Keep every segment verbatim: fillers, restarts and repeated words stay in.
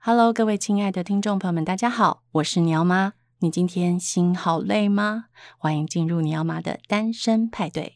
Hello， 各位亲爱的听众朋友们，大家好，我是你要妈。你今天心好累吗？欢迎进入你要妈的单身派对。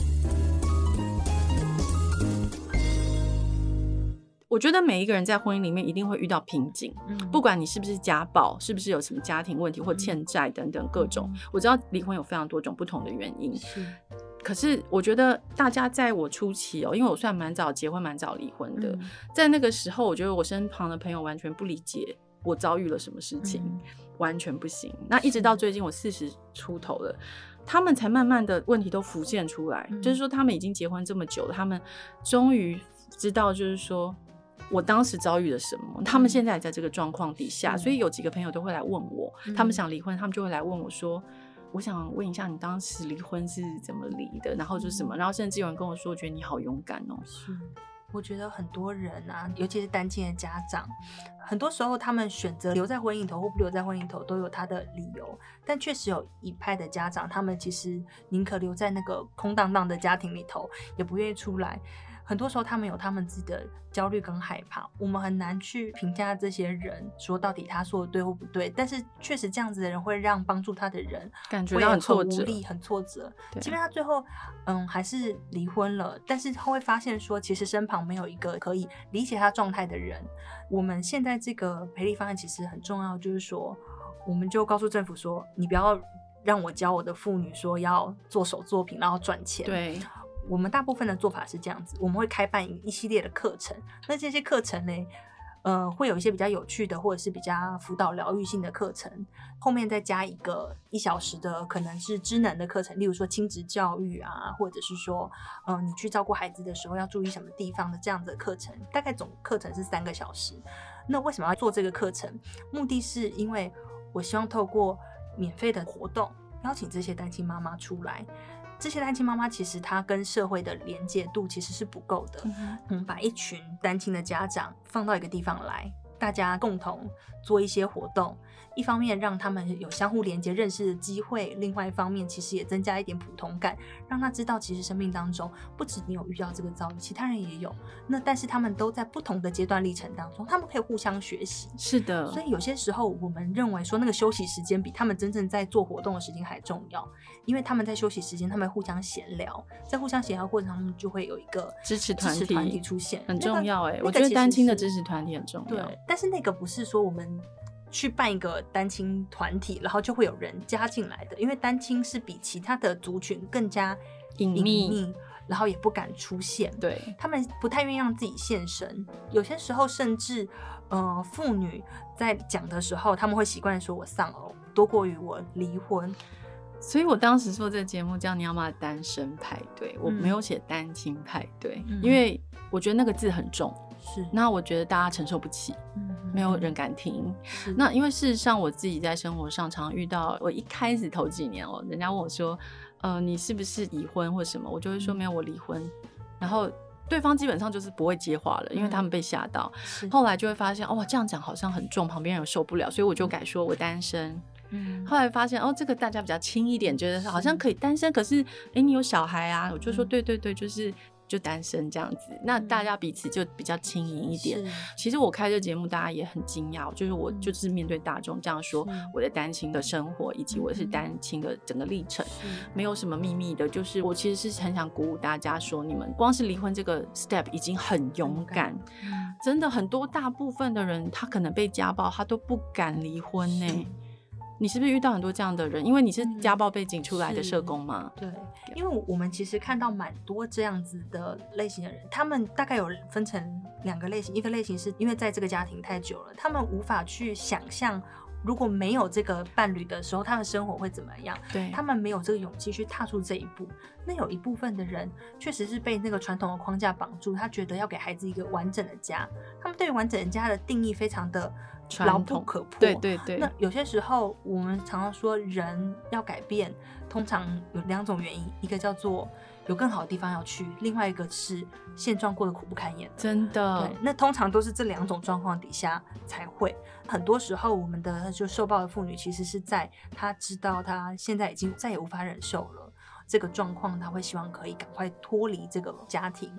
我觉得每一个人在婚姻里面一定会遇到瓶颈、嗯、不管你是不是家暴，是不是有什么家庭问题或欠债等等各种、嗯、我知道离婚有非常多种不同的原因，是可是我觉得大家在我初期哦，因为我算蛮早结婚蛮早离婚的、嗯、在那个时候我觉得我身旁的朋友完全不理解我遭遇了什么事情、嗯、完全不行。那一直到最近我四十出头了，他们才慢慢的问题都浮现出来、嗯、就是说他们已经结婚这么久了，他们终于知道就是说我当时遭遇了什么，他们现在也在这个状况底下、嗯、所以有几个朋友都会来问我、嗯、他们想离婚，他们就会来问我说我想问一下你当时离婚是怎么离的，然后就是什么、嗯、然后甚至有人跟我说我觉得你好勇敢哦。 是，我觉得很多人啊，尤其是单亲的家长，很多时候他们选择留在婚姻里头或不留在婚姻里头都有他的理由，但确实有一派的家长，他们其实宁可留在那个空荡荡的家庭里头，也不愿意出来。很多时候他们有他们自己的焦虑跟害怕，我们很难去评价这些人说到底他说的对或不对，但是确实这样子的人会让帮助他的人感觉到很挫折， 很无力很挫折，即便他最后嗯还是离婚了，但是他会发现说其实身旁没有一个可以理解他状态的人。我们现在这个培力方案其实很重要，就是说我们就告诉政府说你不要让我教我的妇女说要做手作品然后赚钱， 对， 我们大部分的做法是这样子，我们会开办一系列的课程，那这些课程呢呃，会有一些比较有趣的或者是比较辅导疗愈性的课程，后面再加一个一小时的可能是知能的课程，例如说亲子教育啊，或者是说呃，你去照顾孩子的时候要注意什么地方的这样子的课程，大概总课程是三个小时。那为什么要做这个课程？目的是因为我希望透过免费的活动邀请这些单亲妈妈出来，这些单亲妈妈其实她跟社会的连结度其实是不够的、嗯、我们把一群单亲的家长放到一个地方来，大家共同做一些活动，一方面让他们有相互连结认识的机会，另外一方面其实也增加一点普通感，让他知道其实生命当中不止你有遇到这个遭遇，其他人也有，那但是他们都在不同的阶段历程当中，他们可以互相学习。 是的， 所以有些时候我们认为说那个休息时间比他们真正在做活动的时间还重要，因为他们在休息时间他们互相闲聊，在互相闲聊过程他们就会有一个支持团 体, 团体出现， 很重要、欸那个、 我觉得单亲的支持团体很重要。 对，但是那个不是说我们去办一个单亲团体然后就会有人加进来的，因为单亲是比其他的族群更加隐秘，然后也不敢出现， 对， 他们不太愿意让自己现身，有些时候甚至呃，妇女在讲的时候他们会习惯说我丧偶多过于我离婚， 所以我当时做这个节目叫你要妈单身派对，我没有写单亲派对、嗯、因为我觉得那个字很重， 是， 那我觉得大家承受不起、嗯、没有人敢听。那因为事实上我自己在生活上常遇到，我一开始头几年哦，人家问我说呃，你是不是离婚或什么，我就会说没有，我离婚，然后对方基本上就是不会接话了，因为他们被吓到、嗯、后来就会发现哦，这样讲好像很重，旁边人受不了，所以我就改说我单身、嗯、后来发现哦，这个大家比较轻一点，觉得好像可以单身，可是哎，你有小孩啊，我就说、嗯、对对对，就是就单身这样子，那大家彼此就比较轻盈一点、嗯、其实我开这节目大家也很惊讶，就是我就是面对大众这样说我的单亲的生活以及我是单亲的整个历程、嗯、没有什么秘密的，就是我其实是很想鼓舞大家说，你们光是离婚这个 step 已经很勇敢、嗯、真的很多大部分的人他可能被家暴他都不敢离婚呢、欸，你是不是遇到很多这样的人？因为你是家暴背景出来的社工嘛、 嗯、对，因为我们其实看到蛮多这样子的类型的人，他们大概有分成两个类型，一个类型是因为在这个家庭太久了，他们无法去想象如果没有这个伴侣的时候他们生活会怎么样，对，他们没有这个勇气去踏出这一步。那有一部分的人确实是被那个传统的框架绑住，他觉得要给孩子一个完整的家，他们对于完整的家的定义非常的牢不可破， 对对对。 那有些时候我们常常说人要改变，通常有两种原因，一个叫做有更好的地方要去，另外一个是现状过得苦不堪言， 真的。 对，那通常都是这两种状况底下才会。很多时候我们的就受暴的妇女其实是在她知道她现在已经再也无法忍受了这个状况，她会希望可以赶快脱离这个家庭。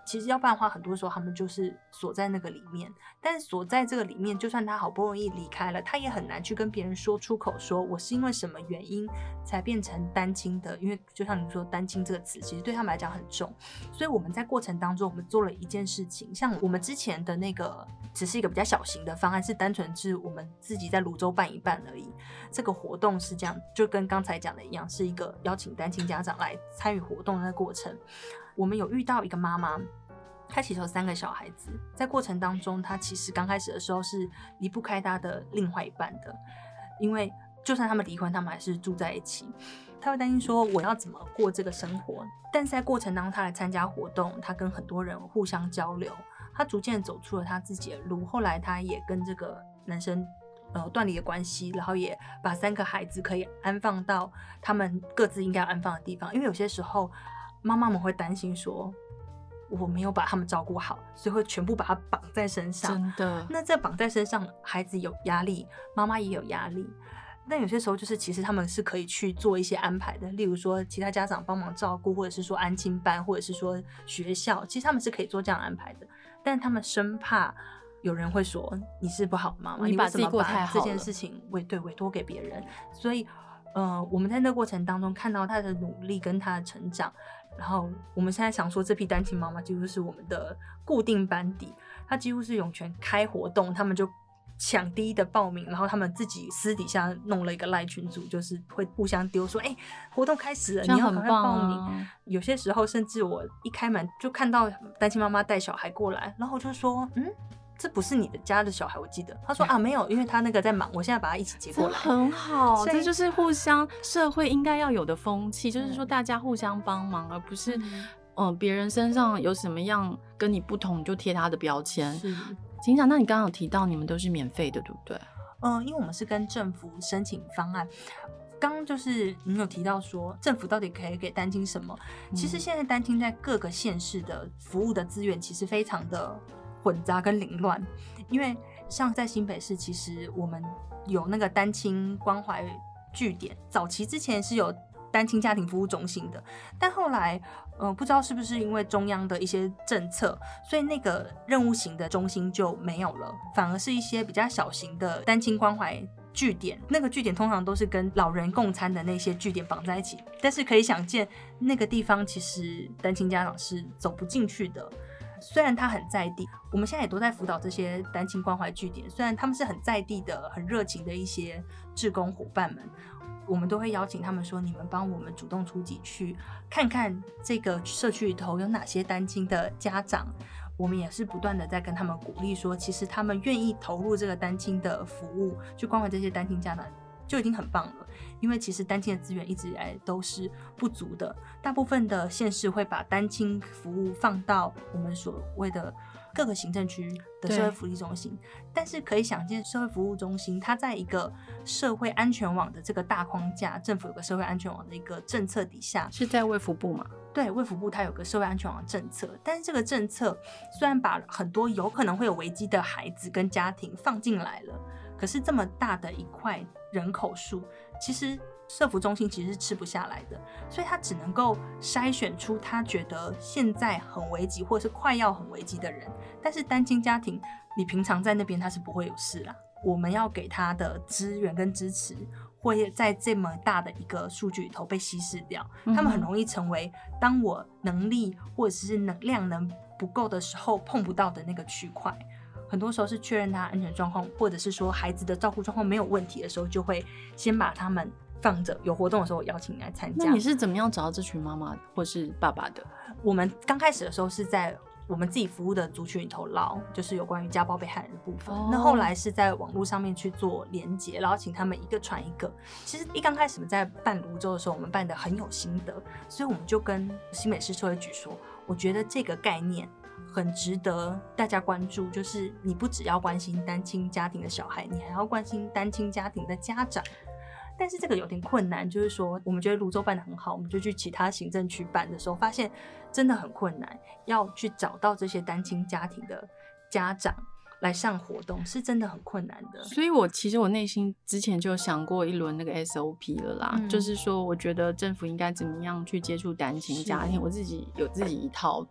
其实要不然的话，很多时候他们就是锁在那个里面，但是锁在这个里面，就算他好不容易离开了，他也很难去跟别人说出口，说我是因为什么原因才变成单亲的。因为就像你说单亲这个词，其实对他们来讲很重，所以我们在过程当中，我们做了一件事情，像我们之前的那个只是一个比较小型的方案，是单纯是我们自己在泸州办一办而已。这个活动是这样，就跟刚才讲的一样，是一个邀请单亲家长来参与活动的过程。我们有遇到一个妈妈，她其实有三个小孩子，在过程当中，她其实刚开始的时候是离不开她的另外一半的，因为就算他们离婚，他们还是住在一起。她会担心说我要怎么过这个生活，但是在过程当中，她来参加活动，她跟很多人互相交流，她逐渐走出了她自己的路。后来她也跟这个男生呃断离了关系，然后也把三个孩子可以安放到他们各自应该安放的地方，因为有些时候妈妈们会担心说我没有把他们照顾好，所以会全部把他绑在身上。 真的， 那这绑在身上，孩子有压力，妈妈也有压力。但有些时候就是其实他们是可以去做一些安排的，例如说其他家长帮忙照顾，或者是说安亲班，或者是说学校，其实他们是可以做这样安排的。但他们生怕有人会说你是不好的妈妈， 你把自己过太好了， 这件事情委对委托给别人。所以呃，我们在那个过程当中看到他的努力跟他的成长，然后我们现在想说这批单亲妈妈几乎是我们的固定班底，他几乎是涌泉开活动他们就抢第一的报名，然后他们自己私底下弄了一个赖群组，就是会互相丢说哎、欸，活动开始了，你要赶快报名、啊、有些时候甚至我一开门就看到单亲妈妈带小孩过来，然后我就说嗯，这不是你的家的小孩，我记得他说啊没有，因为他那个在忙，我现在把他一起接过来。 很好，这就是互相社会应该要有的风气，就是说大家互相帮忙，而不是嗯别、呃、人身上有什么样跟你不同你就贴他的标签。 是警长，那你刚刚有提到你们都是免费的对不对？ 嗯，因为我们是跟政府申请方案。刚刚就是你有提到说政府到底可以给单亲什么、嗯、其实现在单亲在各个县市的服务的资源其实非常的混杂跟凌乱，因为像在新北市，其实我们有那个单亲关怀据点，早期之前是有单亲家庭服务中心的，但后来呃，不知道是不是因为中央的一些政策，所以那个任务型的中心就没有了，反而是一些比较小型的单亲关怀据点，那个据点通常都是跟老人共餐的那些据点绑在一起，但是可以想见那个地方其实单亲家长是走不进去的。虽然他很在地，我们现在也都在辅导这些单亲关怀据点，虽然他们是很在地的很热情的一些志工伙伴们，我们都会邀请他们说你们帮我们主动出击去看看这个社区里头有哪些单亲的家长，我们也是不断的在跟他们鼓励说其实他们愿意投入这个单亲的服务去关怀这些单亲家长就已经很棒了，因为其实单亲的资源一直以来都是不足的，大部分的县市会把单亲服务放到我们所谓的各个行政区的社会福利中心，但是可以想见社会服务中心它在一个社会安全网的这个大框架，政府有个社会安全网的一个政策底下， 是在卫福部吗？ 对，卫福部它有个社会安全网的政策，但是这个政策虽然把很多有可能会有危机的孩子跟家庭放进来了，可是这么大的一块人口数，其实社福中心其实是吃不下来的，所以他只能够筛选出他觉得现在很危急或者是快要很危急的人，但是单亲家庭你平常在那边他是不会有事啦，我们要给他的资源跟支持会在这么大的一个数据里头被稀释掉、嗯、他们很容易成为当我能力或者是能量能不够的时候碰不到的那个区块，很多时候是确认他安全状况或者是说孩子的照顾状况没有问题的时候，就会先把他们放着，有活动的时候我邀请你来参加。 那你是怎么样找到这群妈妈或是爸爸的？ 我们刚开始的时候是在我们自己服务的族群里头捞，就是有关于家暴被害人的部分、哦、那后来是在网络上面去做连结，然后请他们一个传一个。其实一刚开始我们在办泸州的时候，我们办得很有心得，所以我们就跟新北市社会局说，我觉得这个概念很值得大家关注，就是你不只要关心单亲家庭的小孩，你还要关心单亲家庭的家长。但是这个有点困难，就是说我们觉得泸州办得很好，我们就去其他行政区办的时候发现真的很困难，要去找到这些单亲家庭的家长来上活动是真的很困难的。 所以我其实我内心之前就想过一轮那个 S O P 了啦、嗯、就是说我觉得政府应该怎么样去接触单亲家庭，我自己有自己一套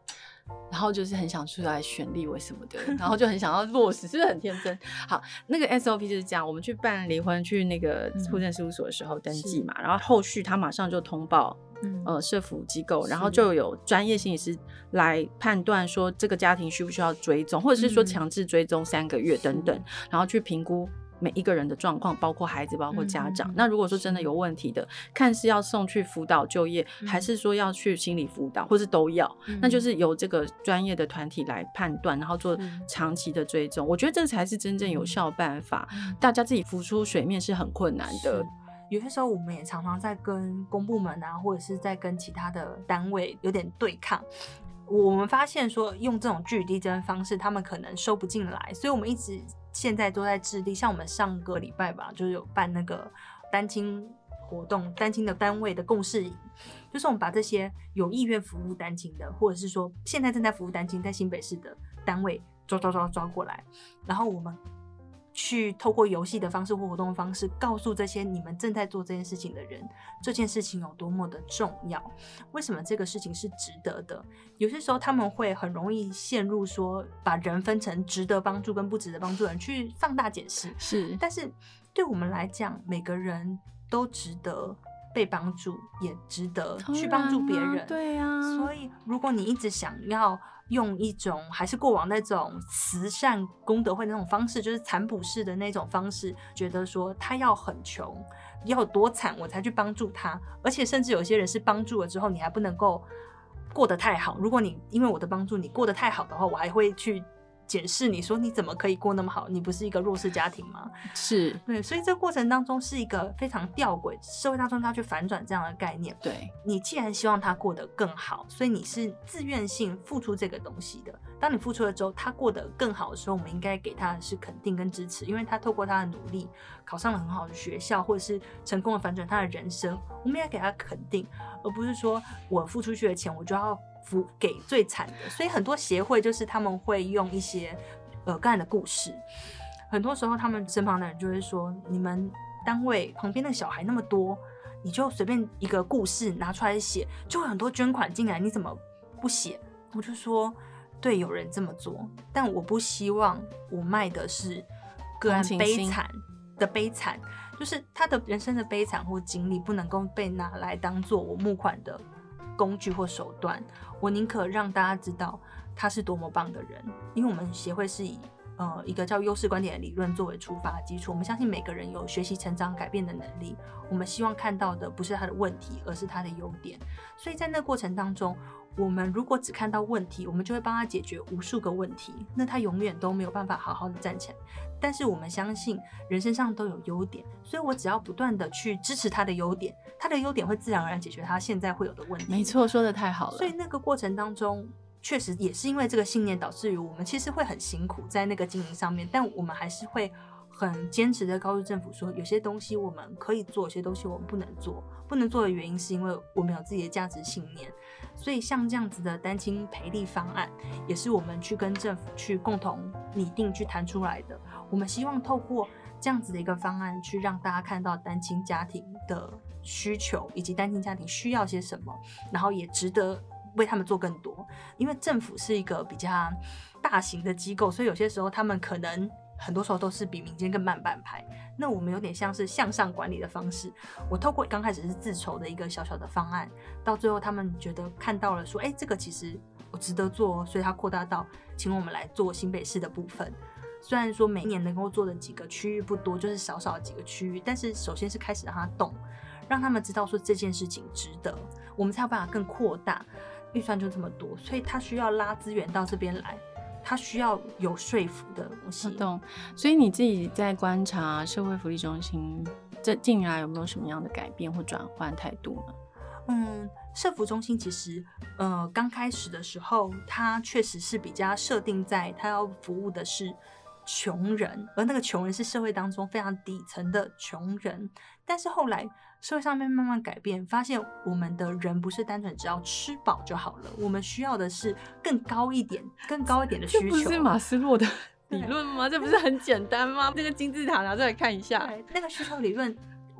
然后就是很想出来选立委什么的，然后就很想要落实，是不是很天真？好，那个 S O P 就是这样，我们去办离婚去那个户政事务所的时候登记嘛，嗯、然后后续他马上就通报。嗯、呃，社福机构，然后就有专业心理师来判断说这个家庭需不需要追踪，或者是说强制追踪三个月等等，然后去评估每一个人的状况，包括孩子，包括家长。嗯、那如果说真的有问题的，看是要送去辅导就业，嗯、还是说要去心理辅导，或是都要，嗯、那就是由这个专业的团体来判断，然后做长期的追踪。我觉得这才是真正有效办法，嗯、大家自己浮出水面是很困难的。 有些时候我们也常常在跟公部门啊，或者是在跟其他的单位有点对抗。我们发现说用这种据理力争的方式，他们可能收不进来，所以我们一直现在都在致力。像我们上个礼拜吧，就是有办那个单亲活动，单亲的单位的共识营，就是我们把这些有意愿服务单亲的，或者是说现在正在服务单亲在新北市的单位抓抓抓抓过来，然后我们去透过游戏的方式或活动的方式告诉这些你们正在做这件事情的人，这件事情有多么的重要，为什么这个事情是值得的。有些时候他们会很容易陷入说把人分成值得帮助跟不值得帮助的人去放大解释， 是， 但是对我们来讲每个人都值得被帮助，也值得去帮助别人、啊、 对啊， 所以如果你一直想要用一种还是过往那种慈善功德会那种方式，就是残补式的那种方式，觉得说他要很穷，要有多惨我才去帮助他，而且甚至有些人是帮助了之后你还不能够过得太好，如果你因为我的帮助你过得太好的话，我还会去检视你说你怎么可以过那么好，你不是一个弱势家庭吗？ 是， 对，所以这个过程当中是一个非常吊诡，社会当中要去反转这样的概念。 对， 你既然希望他过得更好，所以你是自愿性付出这个东西的，当你付出了之后他过得更好的时候，我们应该给他的是肯定跟支持，因为他透过他的努力考上了很好的学校，或者是成功的反转他的人生，我们应该给他肯定，而不是说我付出去的钱我就要付给最惨的。所以很多协会就是他们会用一些呃个案的故事，很多时候他们身旁的人就会说，你们单位旁边那个小孩那么多，你就随便一个故事拿出来写，就会很多捐款进来，你怎么不写？我就说对，有人这么做，但我不希望我卖的是个案悲惨的悲惨，就是他的人生的悲惨或经历不能够被拿来当做我募款的工具或手段，我宁可让大家知道他是多么棒的人。因为我们协会是以呃一个叫优势观点的理论作为出发基础，我们相信每个人有学习成长改变的能力，我们希望看到的不是他的问题，而是他的优点。所以在那个过程当中，我们如果只看到问题，我们就会帮他解决无数个问题，那他永远都没有办法好好的站起来。但是我们相信人身上都有优点，所以我只要不断的去支持他的优点，他的优点会自然而然解决他现在会有的问题。 没错，说得太好了。 所以那个过程当中确实也是因为这个信念导致于我们其实会很辛苦在那个经营上面，但我们还是会很坚持的告诉政府说，有些东西我们可以做，有些东西我们不能做。不能做的原因是因为我们有自己的价值信念。所以像这样子的单亲培力方案也是我们去跟政府去共同拟定去谈出来的。我们希望透过这样子的一个方案去让大家看到单亲家庭的需求以及单亲家庭需要些什么，然后也值得为他们做更多。因为政府是一个比较大型的机构，所以有些时候他们可能很多时候都是比民间更慢半拍。那我们有点像是向上管理的方式，我透过刚开始是自筹的一个小小的方案，到最后他们觉得看到了说，哎、欸，这个其实我值得做，所以他扩大到请我们来做新北市的部分。虽然说每年能够做的几个区域不多，就是少少的几个区域，但是首先是开始让他动，让他们知道说这件事情值得，我们才有办法更扩大。预算就这么多，所以他需要拉资源到这边来，他需要有说服的东西。 我懂。所以你自己在观察社会福利中心这近年来有没有什么样的改变或转换态度呢？ 嗯，社福中心其实呃刚开始的时候，它确实是比较设定在它要服务的是穷人，而那个穷人是社会当中非常底层的穷人。但是后来社会上面慢慢改变，发现我们的人不是单纯只要吃饱就好了，我们需要的是更高一点更高一点的需求。 这不是马斯洛的理论吗？这不是很简单吗？这个金字塔拿出来看一下。 对，那个需求理论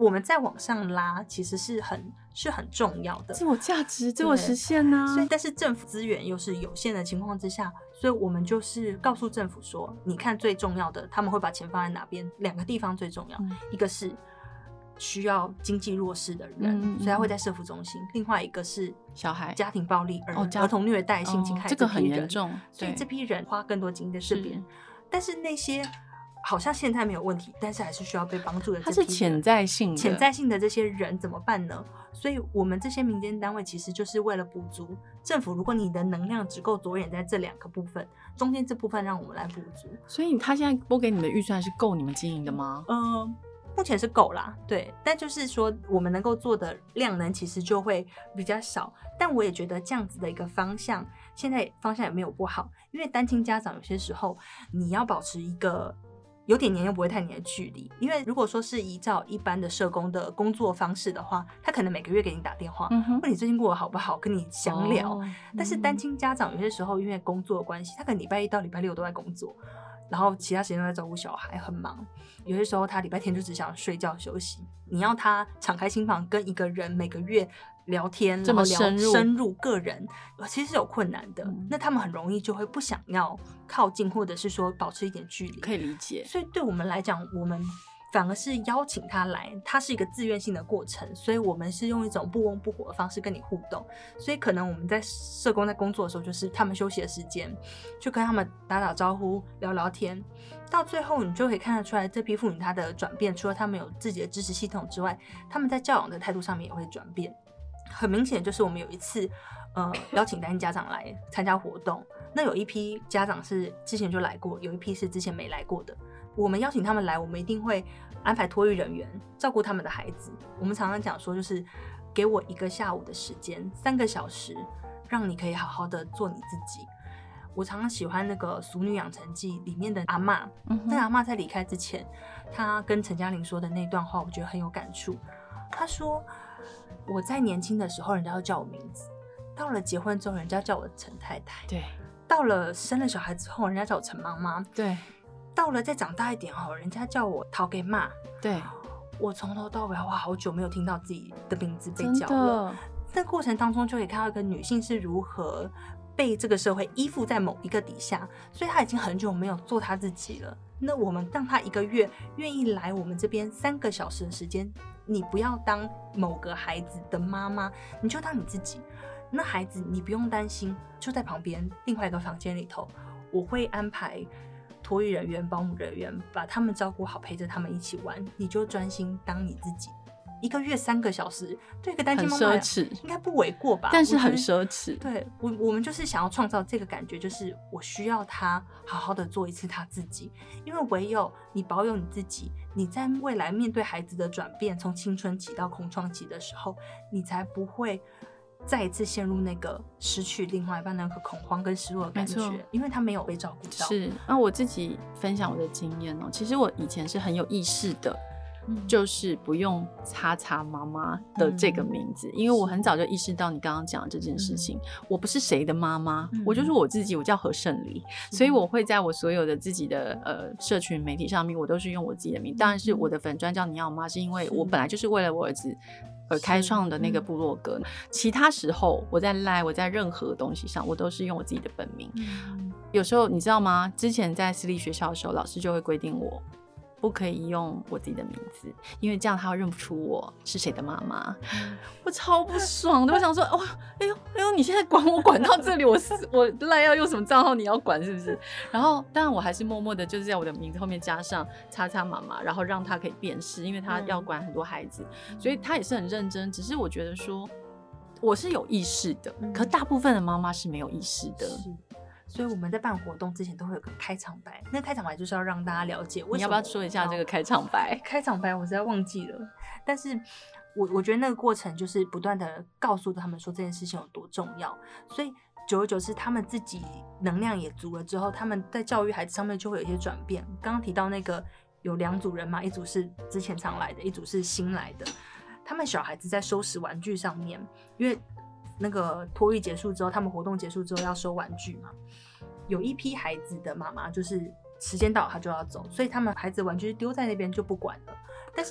我们再往上拉，其实是很是很重要的， 自我价值、自我实现啊。 所以，但是政府资源又是有限的情况之下，所以我们就是告诉政府说，你看最重要的，他们会把钱放在哪边？两个地方最重要，嗯、一个是需要经济弱势的人，嗯、所以他会在社福中心；另外一个是小孩家庭暴力、儿、 哦、 儿童虐待、性侵害、哦， 这个很严重， 所以这批人花更多精力在这边。但是那些好像现在没有问题，但是还是需要被帮助的这批人， 它是潜在性的潜在性的这些人怎么办呢？所以我们这些民间单位其实就是为了补足政府，如果你的能量只够着眼在这两个部分，中间这部分让我们来补足。 所以他现在拨给你们的预算是够你们经营的吗？ 呃，目前是够啦，对，但就是说我们能够做的量能其实就会比较少。但我也觉得这样子的一个方向，现在方向也没有不好，因为单亲家长有些时候你要保持一个有点黏又不会太黏的距离，因为如果说是依照一般的社工的工作方式的话，他可能每个月给你打电话，嗯、问你最近过得好不好，跟你详聊。哦、但是单亲家长有些时候因为工作的关系，他可能礼拜一到礼拜六都在工作，然后其他时间都在照顾小孩，很忙。有些时候他礼拜天就只想睡觉休息，你要他敞开心房跟一个人每个月聊天， 这么深入深入个人，其实是有困难的。嗯、那他们很容易就会不想要靠近，或者是说保持一点距离， 可以理解。 所以对我们来讲，我们反而是邀请他来，它是一个自愿性的过程，所以我们是用一种不温不火的方式跟你互动。所以可能我们在社工在工作的时候，就是他们休息的时间，就跟他们打打招呼、聊聊天。到最后，你就可以看得出来，这批妇女她的转变，除了他们有自己的支持系统之外，他们在教养的态度上面也会转变。很明显，就是我们有一次，呃，邀请单亲家长来参加活动，那有一批家长是之前就来过，有一批是之前没来过的。我们邀请他们来，我们一定会安排托育人员照顾他们的孩子。我们常常讲说，就是给我一个下午的时间，三个小时，让你可以好好的做你自己。我常常喜欢那个《俗女养成记》里面的阿嬷，嗯、那个阿嬷在离开之前，她跟陈嘉玲说的那段话，我觉得很有感触。她说：“我在年轻的时候，人家要叫我名字；到了结婚之后，人家叫我陈太太； 对， 到了生了小孩之后，人家叫我陈妈妈； 对。” 到了再长大一点后，人家叫我陶给骂。 对， 我从头到尾哇，好久没有听到自己的名字被叫了。在过程当中就可以看到一个女性是如何被这个社会依附在某一个底下，所以她已经很久没有做她自己了。那我们让她一个月愿意来我们这边三个小时的时间，你不要当某个孩子的妈妈，你就当你自己。那孩子你不用担心，就在旁边另外一个房间里头，我会安排托育人员、保姆人员把他们照顾好，陪着他们一起玩，你就专心当你自己。一个月三个小时，对一个单亲妈妈很奢侈， 应该不为过吧？ 但是很奢侈。 对我，我们就是想要创造这个感觉，就是我需要他好好的做一次他自己，因为唯有你保有你自己，你在未来面对孩子的转变，从青春期到空窗期的时候，你才不会再一次陷入那个失去另外一半那个恐慌跟失落的感觉，因为他没有被照顾到。 是，那我自己分享我的经验哦、喔，其实我以前是很有意识的，嗯、就是不用叉叉妈妈的这个名字，嗯、因为我很早就意识到你刚刚讲的这件事情，嗯、我不是谁的妈妈，嗯、我就是我自己，我叫何胜黎，所以我会在我所有的自己的呃社群媒体上面，我都是用我自己的名字。当然是我的粉专叫你要妈，是因为我本来就是为了我儿子而开创的那个部落格，嗯、其他时候我在 Line 我在任何东西上我都是用我自己的本名，嗯、有时候你知道吗，之前在私立学校的时候老师就会规定我不可以用我自己的名字，因为这样他会认不出我是谁的妈妈，嗯、我超不爽的，我想说哇，哎呦哎呦，你现在管我管到这里，我我 Line 要用什么账号你要管是不是？然后当然我还是默默的就是在我的名字后面加上叉叉妈妈，然后让他可以辨识，因为他要管很多孩子，嗯、所以他也是很认真，只是我觉得说我是有意识的，嗯、可大部分的妈妈是没有意识的。 是，所以我们在办活动之前都会有个开场白，那开场白就是要让大家了解为什么。 你要不要说一下这个开场白？ 开场白我实在忘记了，但是我我觉得那个过程就是不断的告诉他们说这件事情有多重要，所以久而久之他们自己能量也足了之后，他们在教育孩子上面就会有一些转变。刚刚提到那个有两组人嘛，一组是之前常来的，一组是新来的。他们小孩子在收拾玩具上面，因为那个托育结束之后，他们活动结束之后要收玩具嘛，有一批孩子的妈妈就是时间到了他就要走，所以他们孩子的玩具丢在那边就不管了。但是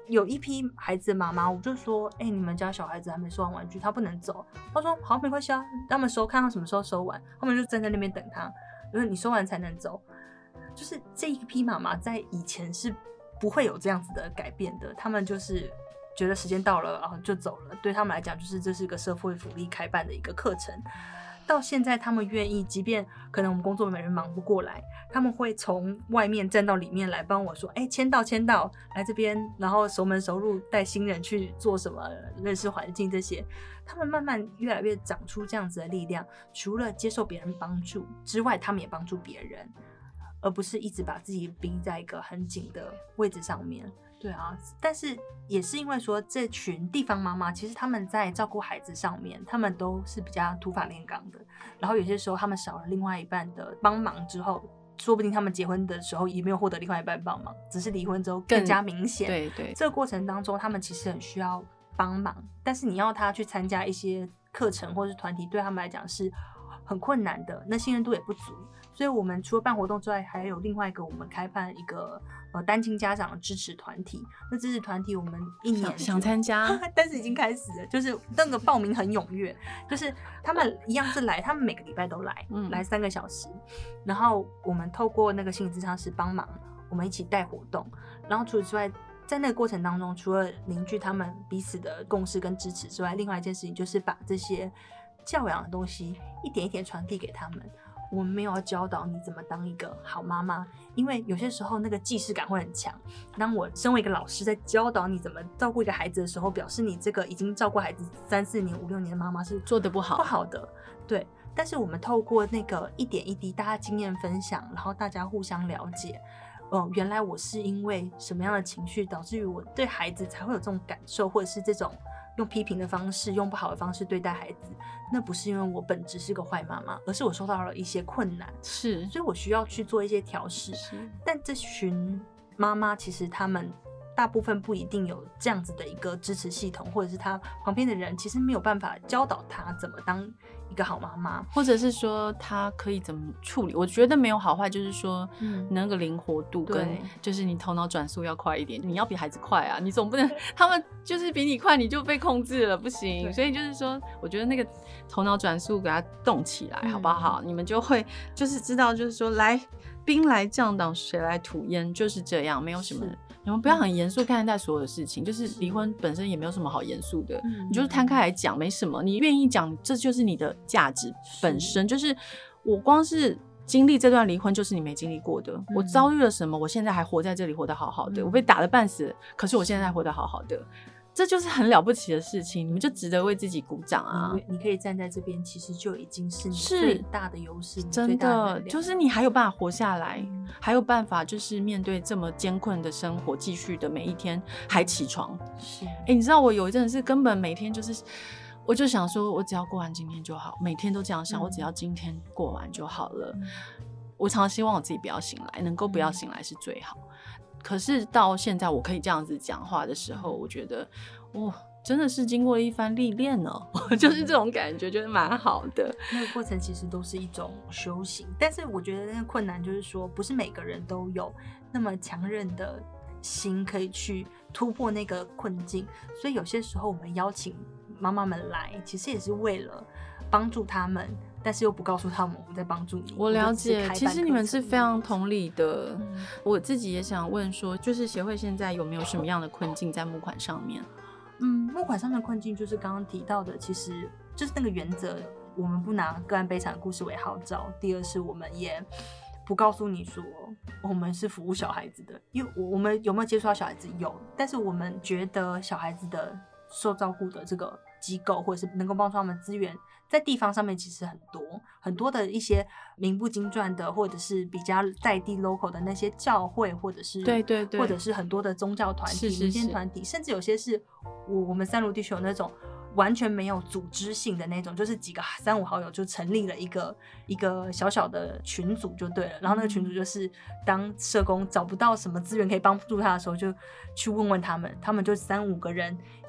有一批孩子的妈妈，我就说，哎、欸，你们家小孩子还没收完玩具，他不能走。他说好，没关系啊，他们收，看他什么时候收完，他们就站在那边等他，因为你收完才能走。就是这一批妈妈在以前是不会有这样子的改变的，他们就是觉得时间到了啊就走了，对他们来讲，就是这是个社会福利开办的一个课程。到现在他们愿意，即便可能我们工作没人忙不过来，他们会从外面站到里面来帮我说，哎、欸，签到签到，来这边，然后熟门熟路带新人去做什么，认识环境这些，他们慢慢越来越长出这样子的力量，除了接受别人帮助之外，他们也帮助别人，而不是一直把自己逼在一个很紧的位置上面。对啊，但是也是因为说这群地方妈妈，其实他们在照顾孩子上面，他们都是比较土法炼钢的。然后有些时候他们少了另外一半的帮忙之后，说不定他们结婚的时候也没有获得另外一半帮忙，只是离婚之后更加明显。 对对， 这个过程当中，他们其实很需要帮忙，但是你要他去参加一些课程或是团体，对他们来讲是很困难的，那信任度也不足。所以我们除了办活动之外，还有另外一个我们开办一个呃单亲家长的支持团体。那支持团体我们一年想, 想参加但是已经开始了，就是那个报名很踊跃，就是他们一样是来，他们每个礼拜都来、嗯、来三个小时，然后我们透过那个心理咨商师帮忙，我们一起带活动。然后除此之外，在那个过程当中，除了凝聚他们彼此的共识跟支持之外，另外一件事情就是把这些教养的东西一点一点传递给他们。我们没有要教导你怎么当一个好妈妈，因为有些时候那个既视感会很强。当我身为一个老师在教导你怎么照顾一个孩子的时候，表示你这个已经照顾孩子三四年、五六年的妈妈是做得不好， 不好的。对，但是我们透过那个一点一滴，大家经验分享，然后大家互相了解。哦，原来我是因为什么样的情绪导致于我对孩子才会有这种感受，或者是这种用批评的方式、用不好的方式对待孩子，那不是因为我本质是个坏妈妈，而是我受到了一些困难， 是， 所以我需要去做一些调试。但这群妈妈其实他们大部分不一定有这样子的一个支持系统，或者是他旁边的人其实没有办法教导他怎么当一个好妈妈， 或者是说他可以怎么处理。我觉得没有好坏，就是说、嗯、那个灵活度跟就是你头脑转速要快一点，你要比孩子快啊，你总不能他们就是比你快你就被控制了，不行。所以就是说我觉得那个头脑转速给它动起来、嗯、好不好，你们就会就是知道就是说来兵来将挡水来土掩，就是这样，没有什么，你们不要很严肃看待所有的事情，就是离婚本身也没有什么好严肃的、嗯、你就是摊开来讲没什么，你愿意讲这就是你的价值本身。就是我光是经历这段离婚就是你没经历过的、嗯、我遭遇了什么，我现在还活在这里活得好好的、嗯、我被打得半死，可是我现在还活得好好的，这就是很了不起的事情，你们就值得为自己鼓掌啊！ 你, 你可以站在这边，其实就已经是你最大的优势， 真的就是你还有办法活下来、嗯，还有办法就是面对这么艰困的生活，继续的每一天还起床。 是， 哎、欸，你知道我有一阵是根本每天就是，我就想说，我只要过完今天就好，每天都这样想，嗯、我只要今天过完就好了。嗯、我常常希望我自己不要醒来，能够不要醒来是最好。嗯，可是到现在我可以这样子讲话的时候，我觉得哇，真的是经过了一番历练呢，就是这种感觉，觉得蛮好的。 那个过程其实都是一种修行，但是我觉得那个困难就是说，不是每个人都有那么强韧的心可以去突破那个困境，所以有些时候我们邀请妈妈们来，其实也是为了帮助他们。但是又不告诉他们我们在帮助你。 我了解，其实你们是非常同理的、嗯、我自己也想问说，就是协会现在有没有什么样的困境在募款上面？ 嗯，募款上面的困境就是刚刚提到的，其实就是那个原则，我们不拿个案悲惨的故事为号召。第二是我们也不告诉你说我们是服务小孩子的，因为我们有没有接触到小孩子有，但是我们觉得小孩子的受照顾的这个机构或者是能够帮助他们资源在地方上面其实很多很多的一些名不经传的或者是比较在地 local 的那些教会或者是对对对， 或者是很多的宗教团体民间团体，甚至有些是我我们三卢地区有那种完全没有组织性的那种，就是几个三五好友就成立了一个一个小小的群组就对了，然后那个群组就是当社工找不到什么资源可以帮助他的时候，就去问问他们，他们就三五个人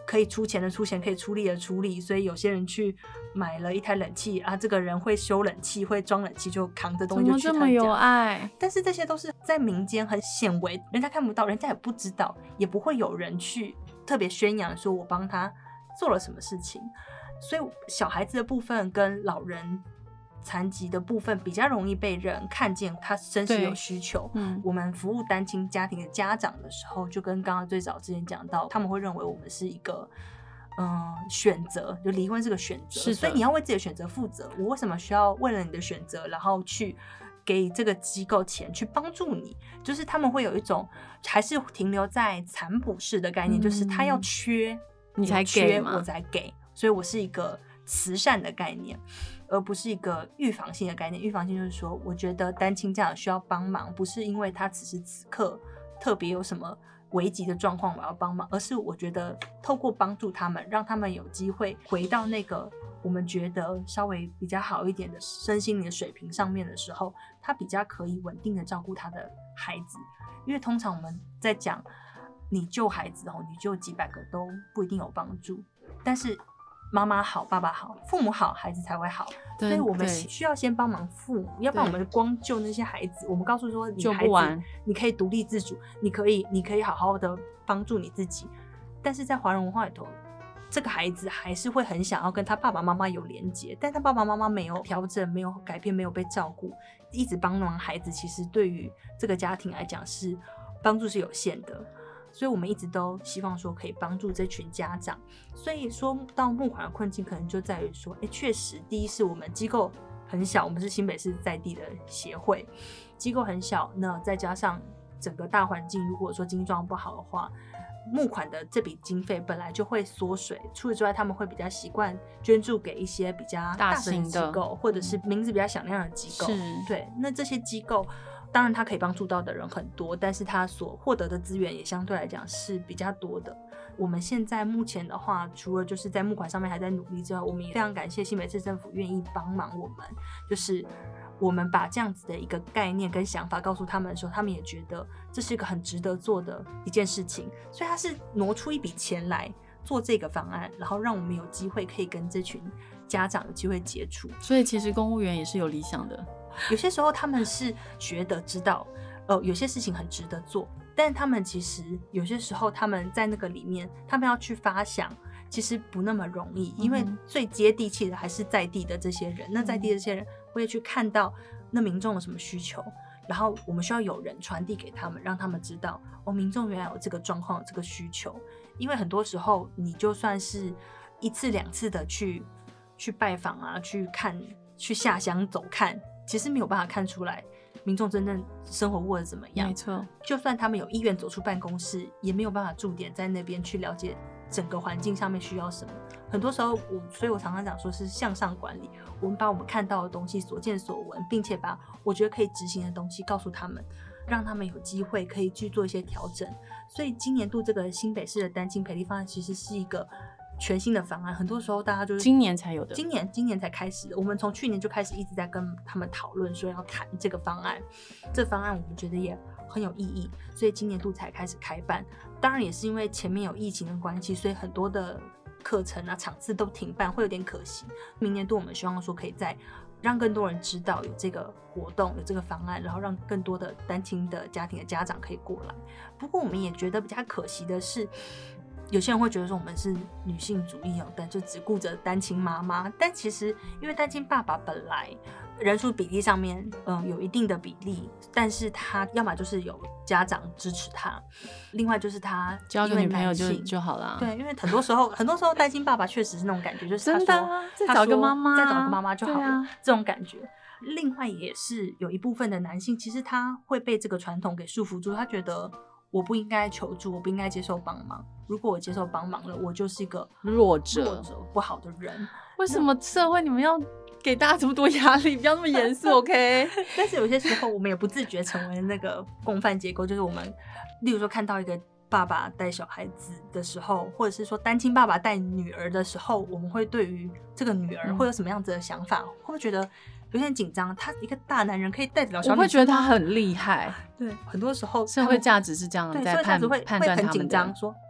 可以出钱的出钱，可以出力的出力，所以有些人去买了一台冷气啊，这个人会修冷气会装冷气，就扛着东西就去他家。怎么这么有爱？ 但是这些都是在民间很显微，人家看不到，人家也不知道，也不会有人去特别宣扬说我帮他做了什么事情。所以小孩子的部分跟老人残疾的部分比较容易被人看见他真实有需求、嗯、我们服务单亲家庭的家长的时候，就跟刚刚最早之前讲到，他们会认为我们是一个嗯选择，就离婚是个选择，所以你要为自己的选择负责。我为什么需要为了你的选择然后去给这个机构钱去帮助你？就是他们会有一种还是停留在残补式的概念、嗯、就是他要缺你才给嘛， 我才给，所以我是一个慈善的概念，而不是一个预防性的概念。预防性就是说，我觉得单亲家长需要帮忙，不是因为他此时此刻特别有什么危急的状况我要帮忙，而是我觉得透过帮助他们，让他们有机会回到那个我们觉得稍微比较好一点的身心灵的水平上面的时候，他比较可以稳定的照顾他的孩子。因为通常我们在讲你救孩子，你救几百个都不一定有帮助，但是妈妈好爸爸好父母好孩子才会好，所以我们需要先帮忙父母，要不然我们光救那些孩子，我们告诉说你孩子你可以独立自主，你可以你可以好好的帮助你自己，但是在华人文化里头，这个孩子还是会很想要跟他爸爸妈妈有连结，但他爸爸妈妈没有调整没有改变没有被照顾，一直帮忙孩子，其实对于这个家庭来讲是帮助是有限的。所以我们一直都希望说可以帮助这群家长。所以说到募款的困境可能就在于说，哎，确实第一是我们机构很小，我们是新北市在地的协会，机构很小，那再加上整个大环境如果说经济状况不好的话，募款的这笔经费本来就会缩水，除此之外他们会比较习惯捐助给一些比较大型的机构或者是名字比较响亮的机构，对，那这些机构当然他可以帮助到的人很多，但是他所获得的资源也相对来讲是比较多的。我们现在目前的话，除了就是在募款上面还在努力之外，我们也非常感谢新北市政府愿意帮忙我们，就是我们把这样子的一个概念跟想法告诉他们的时候，他们也觉得这是一个很值得做的一件事情，所以他是挪出一笔钱来做这个方案，然后让我们有机会可以跟这群家长有机会接触。 所以其实公务员也是有理想的， 有些时候他们是觉得知道呃，有些事情很值得做，但他们其实有些时候他们在那个里面他们要去发想其实不那么容易，因为最接地气的还是在地的这些人，那在地的这些人会去看到那民众有什么需求，然后我们需要有人传递给他们，让他们知道哦，民众原来有这个状况有这个需求。因为很多时候你就算是一次两次的去去拜访啊，去看去下乡走看，其实没有办法看出来民众真正生活过得怎么样。 没错， 就算他们有意愿走出办公室，也没有办法驻点在那边去了解整个环境上面需要什么。很多时候我所以我常常讲说是向上管理，我们把我们看到的东西所见所闻，并且把我觉得可以执行的东西告诉他们，让他们有机会可以去做一些调整。所以今年度这个新北市的单亲培力方案其实是一个全新的方案，很多时候大家就是今年才有的， 今年今年才开始的。我们从去年就开始一直在跟他们讨论说要谈这个方案，这方案我们觉得也很有意义，所以今年度才开始开办。当然也是因为前面有疫情的关系，所以很多的课程啊场次都停办，会有点可惜。明年度我们希望说可以再让更多人知道有这个活动有这个方案，然后让更多的单亲的家庭的家长可以过来。不过我们也觉得比较可惜的是，有些人会觉得说我们是女性主义哦，但就只顾着单亲妈妈，但其实因为单亲爸爸本来人数比例上面嗯有一定的比例，但是他要么就是有家长支持他，另外就是他交个女朋友就就好了。 对，因为很多时候很多时候单亲爸爸确实是那种感觉，就是他说真的、啊、再找个妈妈， 再找个妈妈就好了、 啊、 这种感觉。另外也是有一部分的男性，其实他会被这个传统给束缚住，他觉得我不应该求助，我不应该接受帮忙。如果我接受帮忙了，我就是一个弱者、 弱者不好的人。 为什么社会你们要给大家这么多压力？不要那么严肃 ，OK？ 但是有些时候我们也不自觉成为那个共犯结构，就是我们，例如说看到一个爸爸带小孩子的时候，或者是说单亲爸爸带女儿的时候，我们会对于这个女儿会有什么样子的想法？嗯、会不会觉得有点紧张？他一个大男人可以带得了小女生吗？ 我会觉得他很厉害。 对，很多时候社会价值是这样在判会判断他们的。 会很紧张，说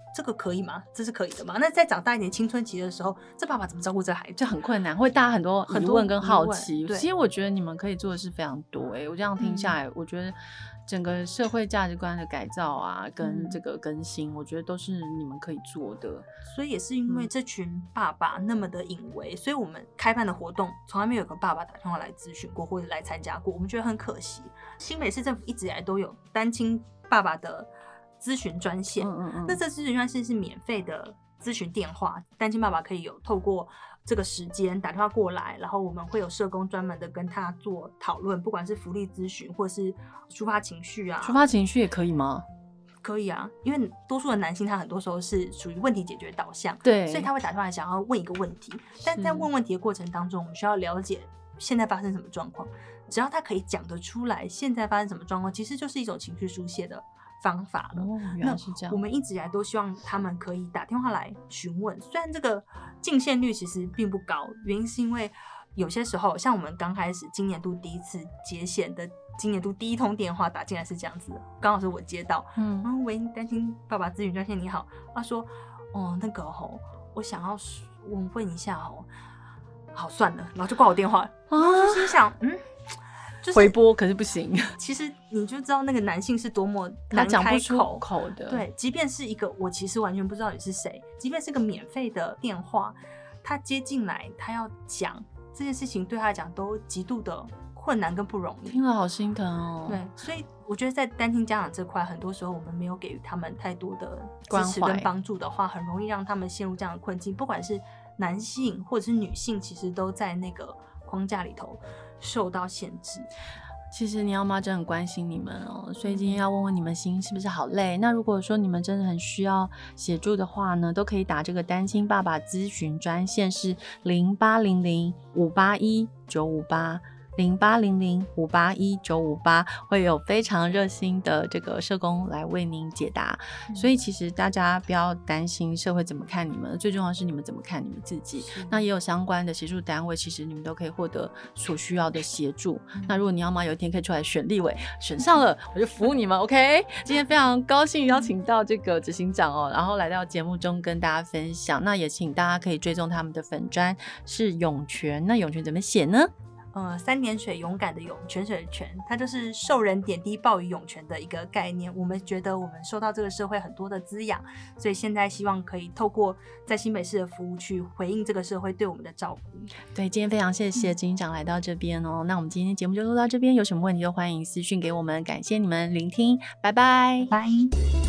这个可以吗？这是可以的吗？那再长大一点青春期的时候，这爸爸怎么照顾这孩子？ 就很困难，会大家很多疑问跟好奇。 其实我觉得你们可以做的事非常多、欸、我这样听下来、嗯、我觉得整个社会价值观的改造啊跟这个更新、嗯、我觉得都是你们可以做的。 所以也是因为这群爸爸那么的隐微、嗯、所以我们开办的活动从来没有个爸爸打电话来咨询过或者来参加过，我们觉得很可惜。新北市政府一直以来都有单亲爸爸的咨询专线、嗯嗯嗯、那这咨询专线是免费的咨询电话，单亲爸爸可以有透过这个时间打电话过来，然后我们会有社工专门的跟他做讨论，不管是福利咨询或是抒发情绪啊。 抒发情绪也可以吗？ 可以啊，因为多数的男性他很多时候是属于问题解决导向， 对， 所以他会打电话来想要问一个问题，但在问问题的过程当中，我们需要了解现在发生什么状况，只要他可以讲得出来现在发生什么状况，其实就是一种情绪疏泄的方法了。 哦，原来是这样。 我们一直以来都希望他们可以打电话来询问，虽然这个进线率其实并不高，原因是因为有些时候像我们刚开始今年度第一次接线的今年度第一通电话打进来是这样子的，刚好是我接到，嗯，然后喂，单亲爸爸咨询专线你好，他说哦那个吼，我想要问问一下吼，好算了，然后就挂我电话，然后就心想嗯。就是、 回拨可是不行， 其实你就知道那个男性是多么难开口， 他讲不出口的。 对，即便是一个我其实完全不知道你是谁，即便是个免费的电话，他接进来，他要讲这件事情，对他来讲都极度的困难跟不容易。 听了好心疼哦。 对，所以我觉得在单亲家长这块，很多时候我们没有给予他们太多的支持跟帮助的话，很容易让他们陷入这样的困境。不管是男性或者是女性，其实都在那个框架里头受到限制。 其实你要妈真的很关心你们哦，所以今天要问问你们心是不是好累。那如果说你们真的很需要协助的话呢，都可以打这个单亲爸爸咨询专线，是零八零零五八一九五八零八零零五八一九五八，会有非常热心的这个社工来为您解答、嗯、所以其实大家不要担心社会怎么看你们，最重要的是你们怎么看你们自己。那也有相关的协助单位，其实你们都可以获得所需要的协助、嗯、那如果你要吗有一天可以出来选立委，选上了我就服务你们OK。 今天非常高兴邀请到这个执行长哦，然后来到节目中跟大家分享。那也请大家可以追踪他们的粉专是涌泉，那涌泉怎么写呢？ 呃，三点水勇敢的勇，泉水的泉，它就是受人点滴报以涌泉的一个概念。我们觉得我们受到这个社会很多的滋养，所以现在希望可以透过在新北市的服务去回应这个社会对我们的照顾。 对，今天非常谢谢执行长来到这边哦、嗯、那我们今天节目就录到这边，有什么问题都欢迎私讯给我们，感谢你们聆听，拜拜拜。